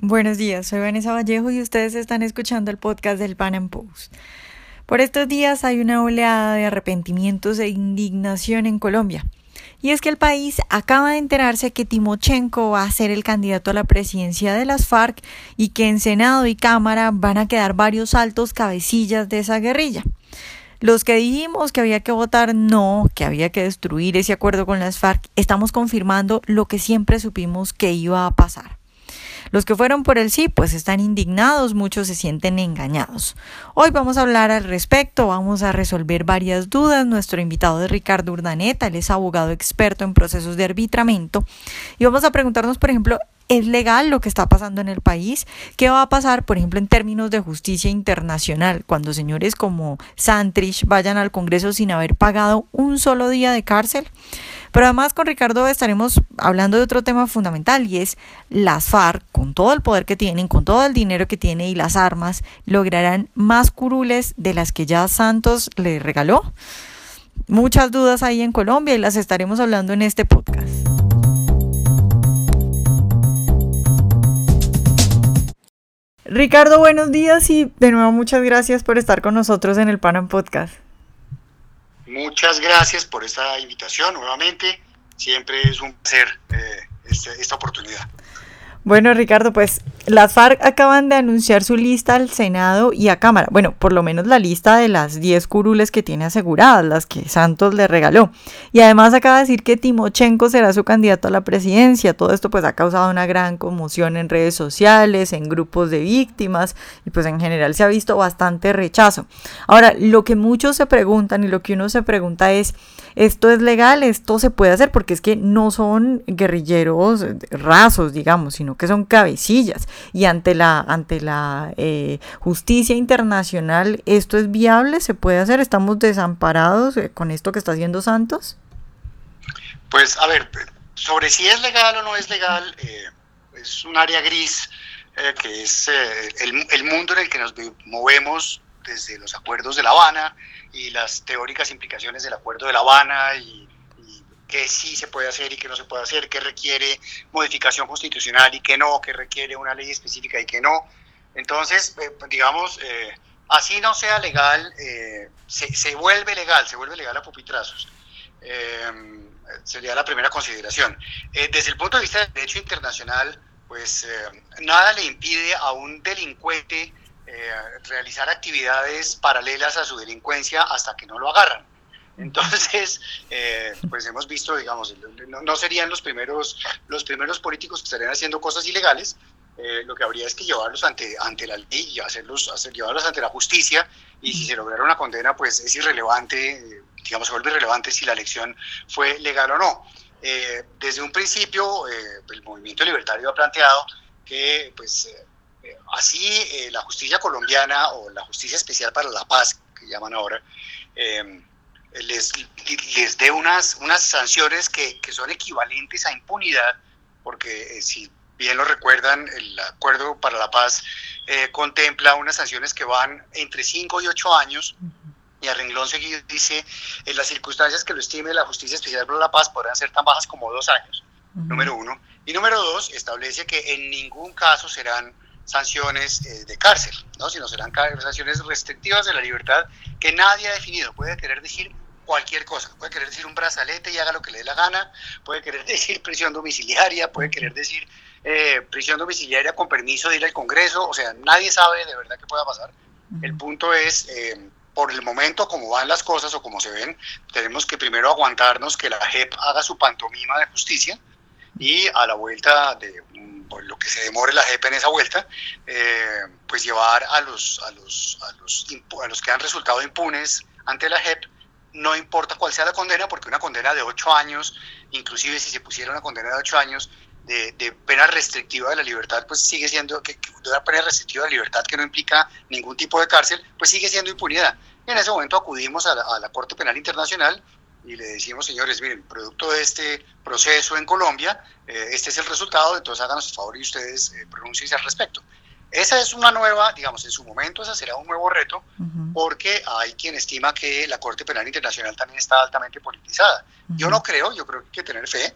Buenos días, soy Vanessa Vallejo y ustedes están escuchando el podcast del Pan Am Post. Por estos días hay una oleada de arrepentimientos e indignación en Colombia. Y es que el país acaba de enterarse que Timochenko va a ser el candidato a la presidencia de las FARC y que en Senado y Cámara van a quedar varios altos cabecillas de esa guerrilla. Los que dijimos que había que votar no, que había que destruir ese acuerdo con las FARC, estamos confirmando lo que siempre supimos que iba a pasar. Los que fueron por el sí, pues están indignados, muchos se sienten engañados. Hoy vamos a hablar al respecto, vamos a resolver varias dudas. Nuestro invitado es Ricardo Urdaneta, él es abogado experto en procesos de arbitramiento. Y vamos a preguntarnos, por ejemplo, ¿es legal lo que está pasando en el país? ¿Qué va a pasar, por ejemplo, en términos de justicia internacional, cuando señores como Santrich vayan al Congreso sin haber pagado un solo día de cárcel? Pero además con Ricardo estaremos hablando de otro tema fundamental y es las FARC, con todo el poder que tienen, con todo el dinero que tiene y las armas, ¿lograrán más curules de las que ya Santos le regaló? Muchas dudas hay en Colombia y las estaremos hablando en este podcast. Ricardo, buenos días y de nuevo muchas gracias por estar con nosotros en el Pan Am Podcast. Muchas gracias por esta invitación nuevamente. Siempre es un placer esta oportunidad. Bueno, Ricardo, pues las FARC acaban de anunciar su lista al Senado y a Cámara. Bueno, por lo menos la lista de las 10 curules que tiene aseguradas, las que Santos le regaló. Y además acaba de decir que Timochenko será su candidato a la presidencia. Todo esto pues ha causado una gran conmoción en redes sociales, en grupos de víctimas y pues en general se ha visto bastante rechazo. Ahora, lo que muchos se preguntan y lo que uno se pregunta es, ¿esto es legal? ¿Esto se puede hacer? Porque es que no son guerrilleros rasos, digamos, sino que son cabecillas. Y ante la justicia internacional, ¿esto es viable? ¿Se puede hacer? ¿Estamos desamparados con esto que está haciendo Santos? Pues a ver, sobre si es legal o no es legal, es un área gris que es el mundo en el que nos movemos desde los acuerdos de La Habana y las teóricas implicaciones del acuerdo de La Habana y qué sí se puede hacer y qué no se puede hacer, qué requiere modificación constitucional y qué no, qué requiere una ley específica y qué no. Entonces, digamos, así no sea legal, se vuelve legal a pupitrazos. Sería la primera consideración. Desde el punto de vista del derecho internacional, pues nada le impide a un delincuente realizar actividades paralelas a su delincuencia hasta que no lo agarran. Entonces, pues hemos visto, digamos, no serían los primeros políticos que estarían haciendo cosas ilegales. Lo que habría es que llevarlos ante la ley y llevarlos ante la justicia, y si se lograra una condena, pues es irrelevante, digamos, se vuelve irrelevante si la elección fue legal o no. Desde un principio, el movimiento libertario ha planteado que, pues, así la justicia colombiana o la justicia especial para la paz, que llaman ahora, les dé unas sanciones que son equivalentes a impunidad, porque si bien lo recuerdan, el Acuerdo para la Paz contempla unas sanciones que van entre 5 y 8 años, y a renglón seguido dice, en las circunstancias que lo estime la Justicia Especial para la Paz podrán ser tan bajas como 2 años, número uno. Y número dos, establece que en ningún caso serán sanciones de cárcel, ¿no? Sino serán sanciones restrictivas de la libertad que nadie ha definido. Puede querer decir cualquier cosa, puede querer decir un brazalete y haga lo que le dé la gana, puede querer decir prisión domiciliaria, puede querer decir prisión domiciliaria con permiso de ir al Congreso, o sea, nadie sabe de verdad qué pueda pasar. El punto es, por el momento, como van las cosas o como se ven, tenemos que primero aguantarnos que la JEP haga su pantomima de justicia, y a la vuelta de lo que se demore la JEP en esa vuelta, pues llevar a los que han resultado impunes ante la JEP, no importa cuál sea la condena, porque una condena de 8 años, inclusive si se pusiera una condena de 8 años de pena restrictiva de la libertad, pues sigue siendo una pena restrictiva de libertad que no implica ningún tipo de cárcel, pues sigue siendo impunidad. Y en ese momento acudimos a la Corte Penal Internacional y le decimos, señores, miren, producto de este proceso en Colombia, este es el resultado, entonces háganos el favor y ustedes pronúnciense al respecto. Esa es una nueva, digamos, en su momento esa será un nuevo reto, porque hay quien estima que la Corte Penal Internacional también está altamente politizada. Yo no creo, yo creo que hay que tener fe,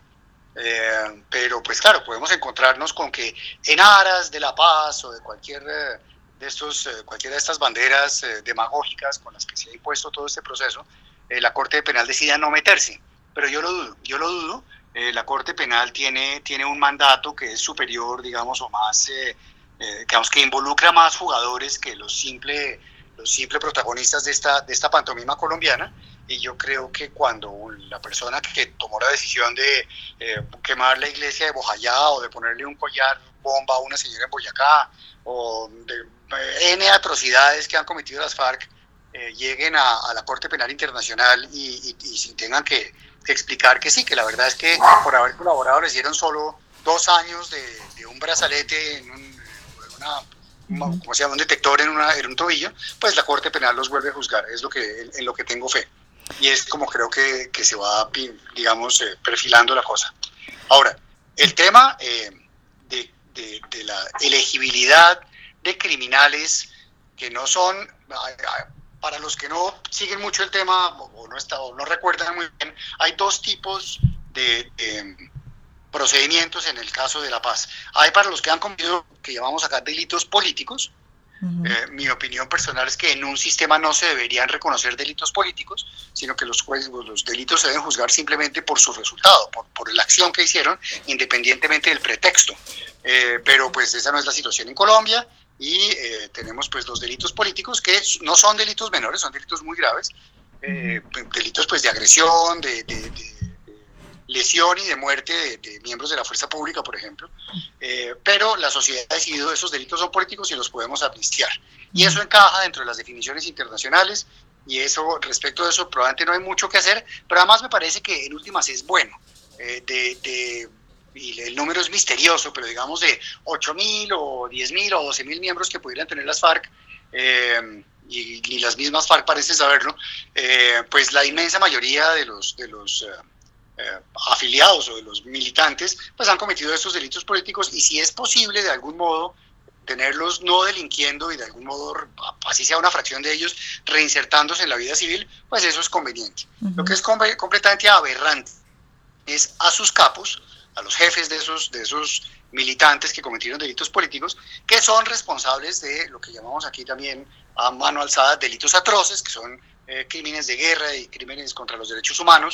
Pero pues claro, podemos encontrarnos con que en aras de la paz o de cualquiera de estas banderas demagógicas con las que se ha impuesto todo este proceso, la Corte Penal decida no meterse. Pero yo lo dudo. La Corte Penal tiene un mandato que es superior, digamos, o más, digamos, que involucra más jugadores que los simples protagonistas de esta pantomima colombiana. Y yo creo que cuando la persona que tomó la decisión de quemar la iglesia de Bojayá o de ponerle un collar bomba a una señora en Boyacá o de N atrocidades que han cometido las FARC lleguen a la Corte Penal Internacional y tengan que explicar que sí, que la verdad es que por haber colaborado les dieron solo 2 años de un brazalete en un detector en un tobillo, pues la Corte Penal los vuelve a juzgar, es en lo que tengo fe. Y es como creo que se va, digamos, perfilando la cosa. Ahora, el tema de la elegibilidad de criminales que no son, para los que no siguen mucho el tema o no recuerdan muy bien, hay 2 tipos de procedimientos en el caso de La Paz. Hay para los que han cometido, que llamamos acá, delitos políticos. Mi opinión personal es que en un sistema no se deberían reconocer delitos políticos, sino que los delitos se deben juzgar simplemente por su resultado, por la acción que hicieron, independientemente del pretexto. Pero pues esa no es la situación en Colombia y tenemos pues los delitos políticos que no son delitos menores, son delitos muy graves, delitos pues de agresión, de lesión y de muerte de miembros de la fuerza pública, por ejemplo, pero la sociedad ha decidido esos delitos son políticos y los podemos amnistiar. Y eso encaja dentro de las definiciones internacionales y eso, respecto de eso, probablemente no hay mucho que hacer, pero además me parece que en últimas es bueno. Y el número es misterioso, pero digamos de 8.000 o 10.000 o 12.000 miembros que pudieran tener las FARC, y ni las mismas FARC parecen saberlo, pues la inmensa mayoría de los afiliados o de los militantes pues han cometido estos delitos políticos y si es posible de algún modo tenerlos no delinquiendo y de algún modo, así sea una fracción de ellos, reinsertándose en la vida civil, pues eso es conveniente. Lo que es completamente aberrante es a sus capos, a los jefes de esos militantes que cometieron delitos políticos, que son responsables de lo que llamamos aquí también a mano alzada delitos atroces, que son crímenes de guerra y crímenes contra los derechos humanos,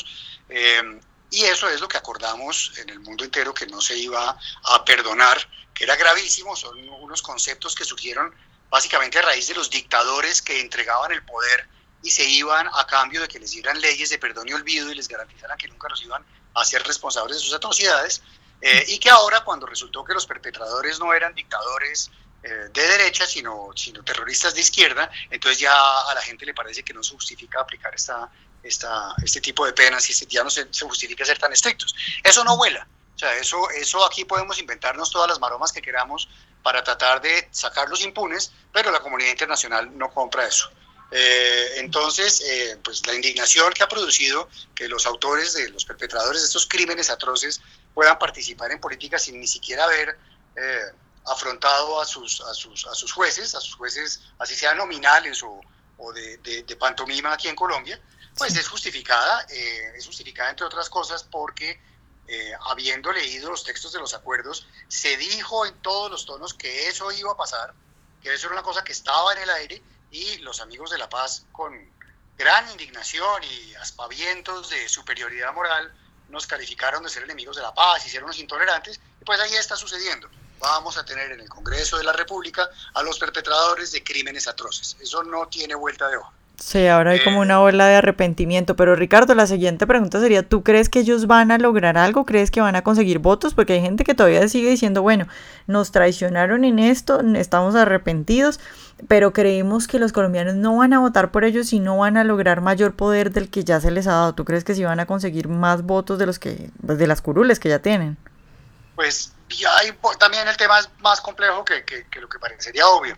y eso es lo que acordamos en el mundo entero que no se iba a perdonar, que era gravísimo. Son unos conceptos que surgieron básicamente a raíz de los dictadores que entregaban el poder y se iban a cambio de que les dieran leyes de perdón y olvido y les garantizaran que nunca los iban a ser responsables de sus atrocidades, y que ahora, cuando resultó que los perpetradores no eran dictadores de derecha, sino terroristas de izquierda, entonces ya a la gente le parece que no se justifica aplicar este tipo de penas y ya no se justifica ser tan estrictos. Eso no vuela. O sea, eso aquí podemos inventarnos todas las maromas que queramos para tratar de sacarlos impunes, pero la comunidad internacional no compra eso. Entonces, pues la indignación que ha producido que los autores los perpetradores de estos crímenes atroces puedan participar en política sin ni siquiera haber afrontado a sus jueces, así sean nominales o de pantomima aquí en Colombia, pues es justificada entre otras cosas porque habiendo leído los textos de los acuerdos, se dijo en todos los tonos que eso iba a pasar, que eso era una cosa que estaba en el aire, y los amigos de La Paz, con gran indignación y aspavientos de superioridad moral, nos calificaron de ser enemigos de la paz y ser unos intolerantes, y pues ahí está sucediendo. Vamos a tener en el Congreso de la República a los perpetradores de crímenes atroces. Eso no tiene vuelta de hoja. Sí, ahora hay como una ola de arrepentimiento, pero Ricardo, la siguiente pregunta sería, ¿tú crees que ellos van a lograr algo? ¿Crees que van a conseguir votos? Porque hay gente que todavía sigue diciendo, bueno, nos traicionaron en esto, estamos arrepentidos, pero creemos que los colombianos no van a votar por ellos y no van a lograr mayor poder del que ya se les ha dado. ¿Tú crees que sí van a conseguir más votos de de las curules que ya tienen? Pues también el tema es más complejo que lo que parecería obvio.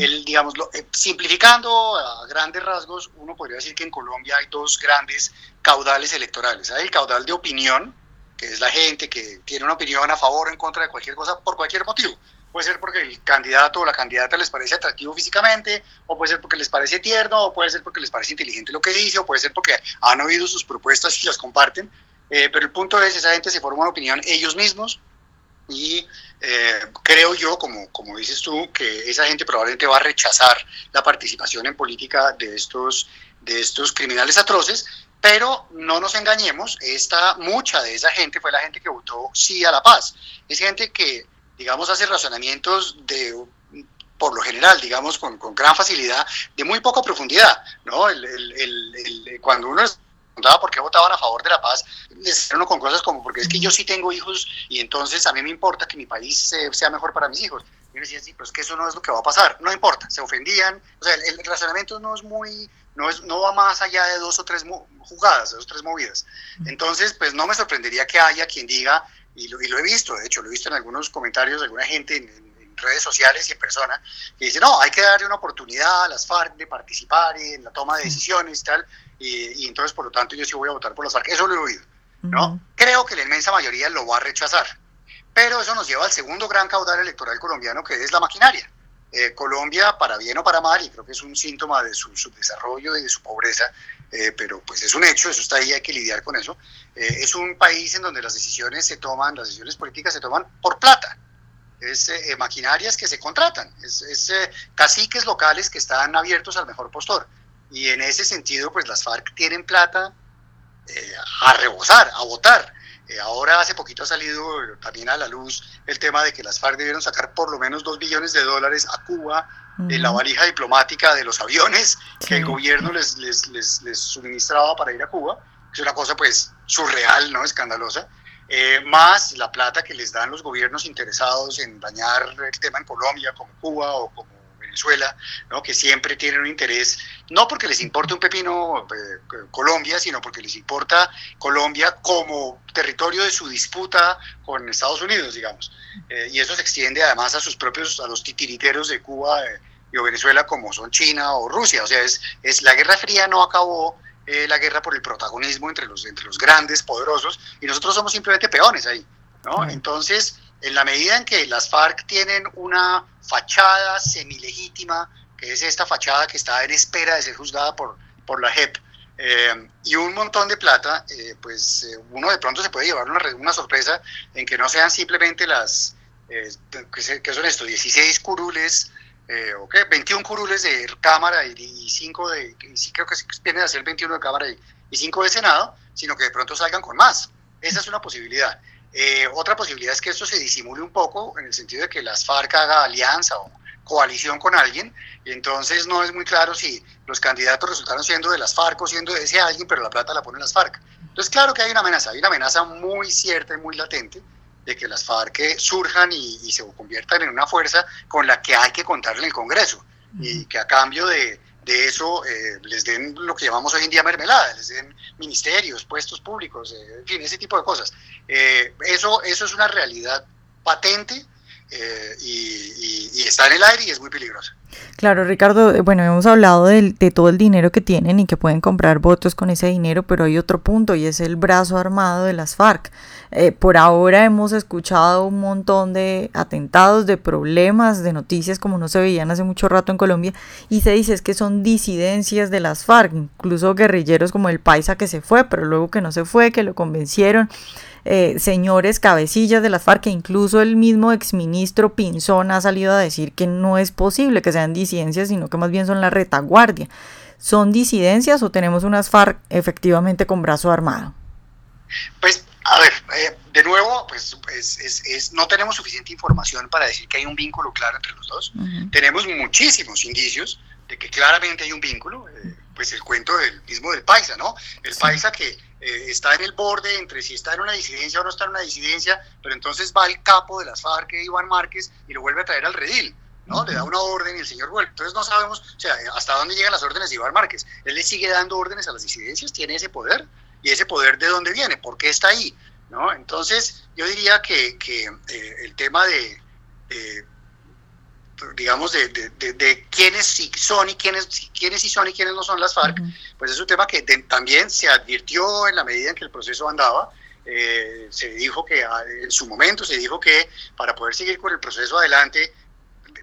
Simplificando a grandes rasgos, uno podría decir que en Colombia hay 2 grandes caudales electorales. Hay el caudal de opinión, que es la gente que tiene una opinión a favor o en contra de cualquier cosa por cualquier motivo. Puede ser porque el candidato o la candidata les parece atractivo físicamente, o puede ser porque les parece tierno, o puede ser porque les parece inteligente lo que dice, o puede ser porque han oído sus propuestas y las comparten. Pero el punto es, esa gente se forma una opinión ellos mismos y creo yo, como dices tú, que esa gente probablemente va a rechazar la participación en política de estos criminales atroces, pero no nos engañemos, mucha de esa gente fue la gente que votó sí a la paz. Es gente que, digamos, hace razonamientos por lo general, digamos, con gran facilidad, de muy poca profundidad, ¿no? Cuando uno preguntaba por qué votaban a favor de la paz, les hicieron con cosas como, porque es que yo sí tengo hijos y entonces a mí me importa que mi país sea mejor para mis hijos. Y yo decía, sí, pero es que eso no es lo que va a pasar, no importa, se ofendían, o sea, el razonamiento no va más allá de 2 o 3 jugadas, 2 o 3 movidas. Entonces, pues no me sorprendería que haya quien diga, y lo he visto, de hecho, lo he visto en algunos comentarios de alguna gente en redes sociales y en persona, que dice, no, hay que darle una oportunidad a las FARC de participar en la toma de decisiones y tal, y entonces, por lo tanto, yo sí voy a votar por las FARC. Eso lo he oído, ¿no? Creo que la inmensa mayoría lo va a rechazar, pero eso nos lleva al segundo gran caudal electoral colombiano, que es la maquinaria. Colombia, para bien o para mal, y creo que es un síntoma de su subdesarrollo y de su pobreza, pero pues es un hecho, eso está ahí, hay que lidiar con eso. Es un país en donde las decisiones políticas se toman por plata. Es maquinarias que se contratan, es caciques locales que están abiertos al mejor postor. Y en ese sentido, pues las FARC tienen plata a rebosar, a votar. Ahora hace poquito ha salido también a la luz el tema de que las FARC debieron sacar por lo menos $2 billones a Cuba de la valija diplomática de los aviones que el gobierno les suministraba para ir a Cuba. Es una cosa pues surreal, ¿no? Escandalosa. Más la plata que les dan los gobiernos interesados en dañar el tema en Colombia, como Cuba o como Venezuela, ¿no? Que siempre tienen un interés, no porque les importe un pepino Colombia, sino porque les importa Colombia como territorio de su disputa con Estados Unidos, digamos. Y eso se extiende además a los titiriteros de Cuba y Venezuela, como son China o Rusia. O sea, la Guerra Fría no acabó la guerra por el protagonismo entre los grandes, poderosos, y nosotros somos simplemente peones ahí, ¿no? Entonces, en la medida en que las FARC tienen una fachada semilegítima, que es esta fachada que está en espera de ser juzgada por la JEP, y un montón de plata, uno de pronto se puede llevar una sorpresa en que no sean simplemente ¿qué son estos? 16 curules, 21 curules de Cámara y 5 creo que vienen a ser 21 de Cámara y 5 de Senado, sino que de pronto salgan con más. Esa es una posibilidad. Otra posibilidad es que esto se disimule un poco, en el sentido de que las FARC haga alianza o coalición con alguien, y entonces no es muy claro si los candidatos resultaron siendo de las FARC o siendo de ese alguien, pero la plata la ponen las FARC. Entonces, claro que hay una amenaza muy cierta y muy latente de que las FARC surjan y se conviertan en una fuerza con la que hay que contarle en el Congreso, y que a cambio de eso les den lo que llamamos hoy en día mermelada, les den ministerios, puestos públicos, en fin, ese tipo de cosas. Eso es una realidad patente y está en el aire y es muy peligrosa. Claro, Ricardo, bueno, hemos hablado de todo el dinero que tienen y que pueden comprar votos con ese dinero, pero hay otro punto y es el brazo armado de las FARC. Por ahora hemos escuchado un montón de atentados, de problemas, de noticias como no se veían hace mucho rato en Colombia, y se dice es que son disidencias de las FARC, incluso guerrilleros como el Paisa que se fue, pero luego que no se fue, que lo convencieron. Señores cabecillas de las FARC, que incluso el mismo exministro Pinzón ha salido a decir que no es posible que sean disidencias, sino que más bien son la retaguardia. ¿Son disidencias o tenemos unas FARC efectivamente con brazo armado? Pues, a ver, de nuevo, pues no tenemos suficiente información para decir que hay un vínculo claro entre los dos. Tenemos muchísimos indicios de que claramente hay un vínculo, pues el cuento del Paisa, ¿no? El Paisa que está en el borde entre si está en una disidencia o no está en una disidencia, pero entonces va el capo de las FARC, Iván Márquez, y lo vuelve a traer al redil, ¿no? Le da una orden y el señor vuelve. Entonces no sabemos, o sea, hasta dónde llegan las órdenes de Iván Márquez. Él le sigue dando órdenes a las disidencias, tiene ese poder, y ese poder ¿de dónde viene? ¿Por qué está ahí? ¿No? Entonces yo diría que el tema digamos, de quiénes sí son y quiénes sí son y quiénes no son las FARC, pues es un tema que también se advirtió en la medida en que el proceso andaba. Se dijo que en su momento se dijo que para poder seguir con el proceso adelante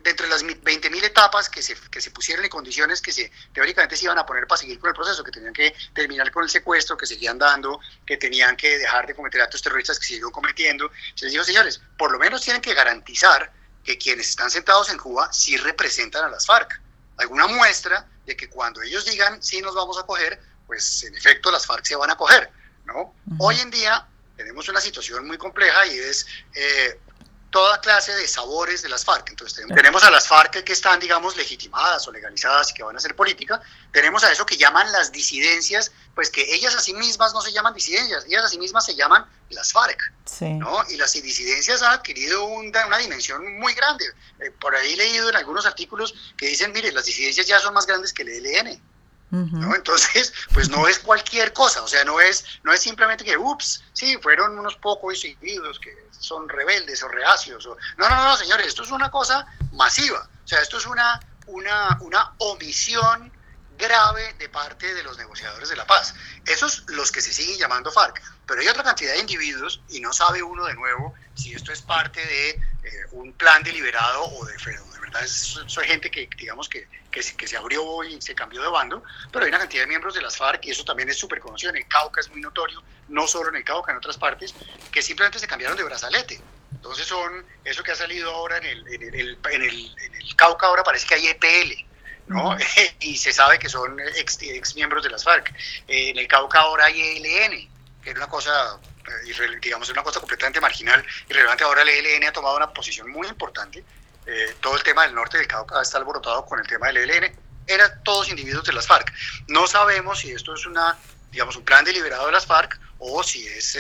dentro de las 20.000 etapas que se pusieron y condiciones que teóricamente se iban a poner para seguir con el proceso, que tenían que terminar con el secuestro, que seguían dando, que tenían que dejar de cometer actos terroristas que siguieron cometiendo, se les dijo, señores, por lo menos tienen que garantizar que quienes están sentados en Cuba sí representan a las FARC. Alguna muestra de que cuando ellos digan sí nos vamos a coger, pues en efecto las FARC se van a coger, ¿no? Hoy en día tenemos una situación muy compleja y es toda clase de sabores de las FARC. Entonces tenemos a las FARC que están, digamos, legitimadas o legalizadas y que van a hacer política. Tenemos a eso que llaman las disidencias, pues que ellas a sí mismas no se llaman disidencias, ellas a sí mismas se llaman las FARC, sí, ¿no? Y las disidencias han adquirido una dimensión muy grande. Por ahí he leído en algunos artículos que dicen, mire, las disidencias ya son más grandes que el ELN. ¿No? Entonces, pues no es cualquier cosa, o sea, no es simplemente que, sí, fueron unos pocos individuos que son rebeldes o reacios, no, señores, esto es una cosa masiva, o sea, esto es una omisión grave de parte de los negociadores de la paz. Esos los que se siguen llamando FARC, pero hay otra cantidad de individuos y no sabe uno de nuevo si esto es parte de un plan deliberado o de verdad soy gente que digamos que se abrió y se cambió de bando, pero hay una cantidad de miembros de las FARC y eso también es súper conocido, en el Cauca es muy notorio, no solo en el Cauca, en otras partes, que simplemente se cambiaron de brazalete. Entonces son eso que ha salido ahora en el Cauca, ahora parece que hay EPL, ¿no? Y se sabe que son ex miembros de las FARC. En el Cauca ahora hay ELN, que es una cosa, digamos, una cosa completamente marginal, irrelevante. Ahora el ELN ha tomado una posición muy importante. Todo el tema del norte del Cauca está alborotado con el tema del ELN. Eran todos individuos de las FARC. No sabemos si esto es un plan deliberado de las FARC o si es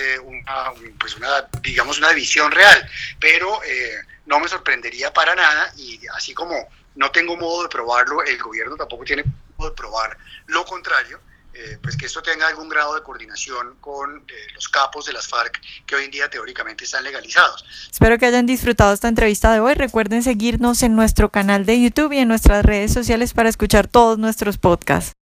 una división real, pero no me sorprendería para nada, y así como no tengo modo de probarlo, el gobierno tampoco tiene modo de probar lo contrario, pues que esto tenga algún grado de coordinación con los capos de las FARC que hoy en día teóricamente están legalizados. Espero que hayan disfrutado esta entrevista de hoy. Recuerden seguirnos en nuestro canal de YouTube y en nuestras redes sociales para escuchar todos nuestros podcasts.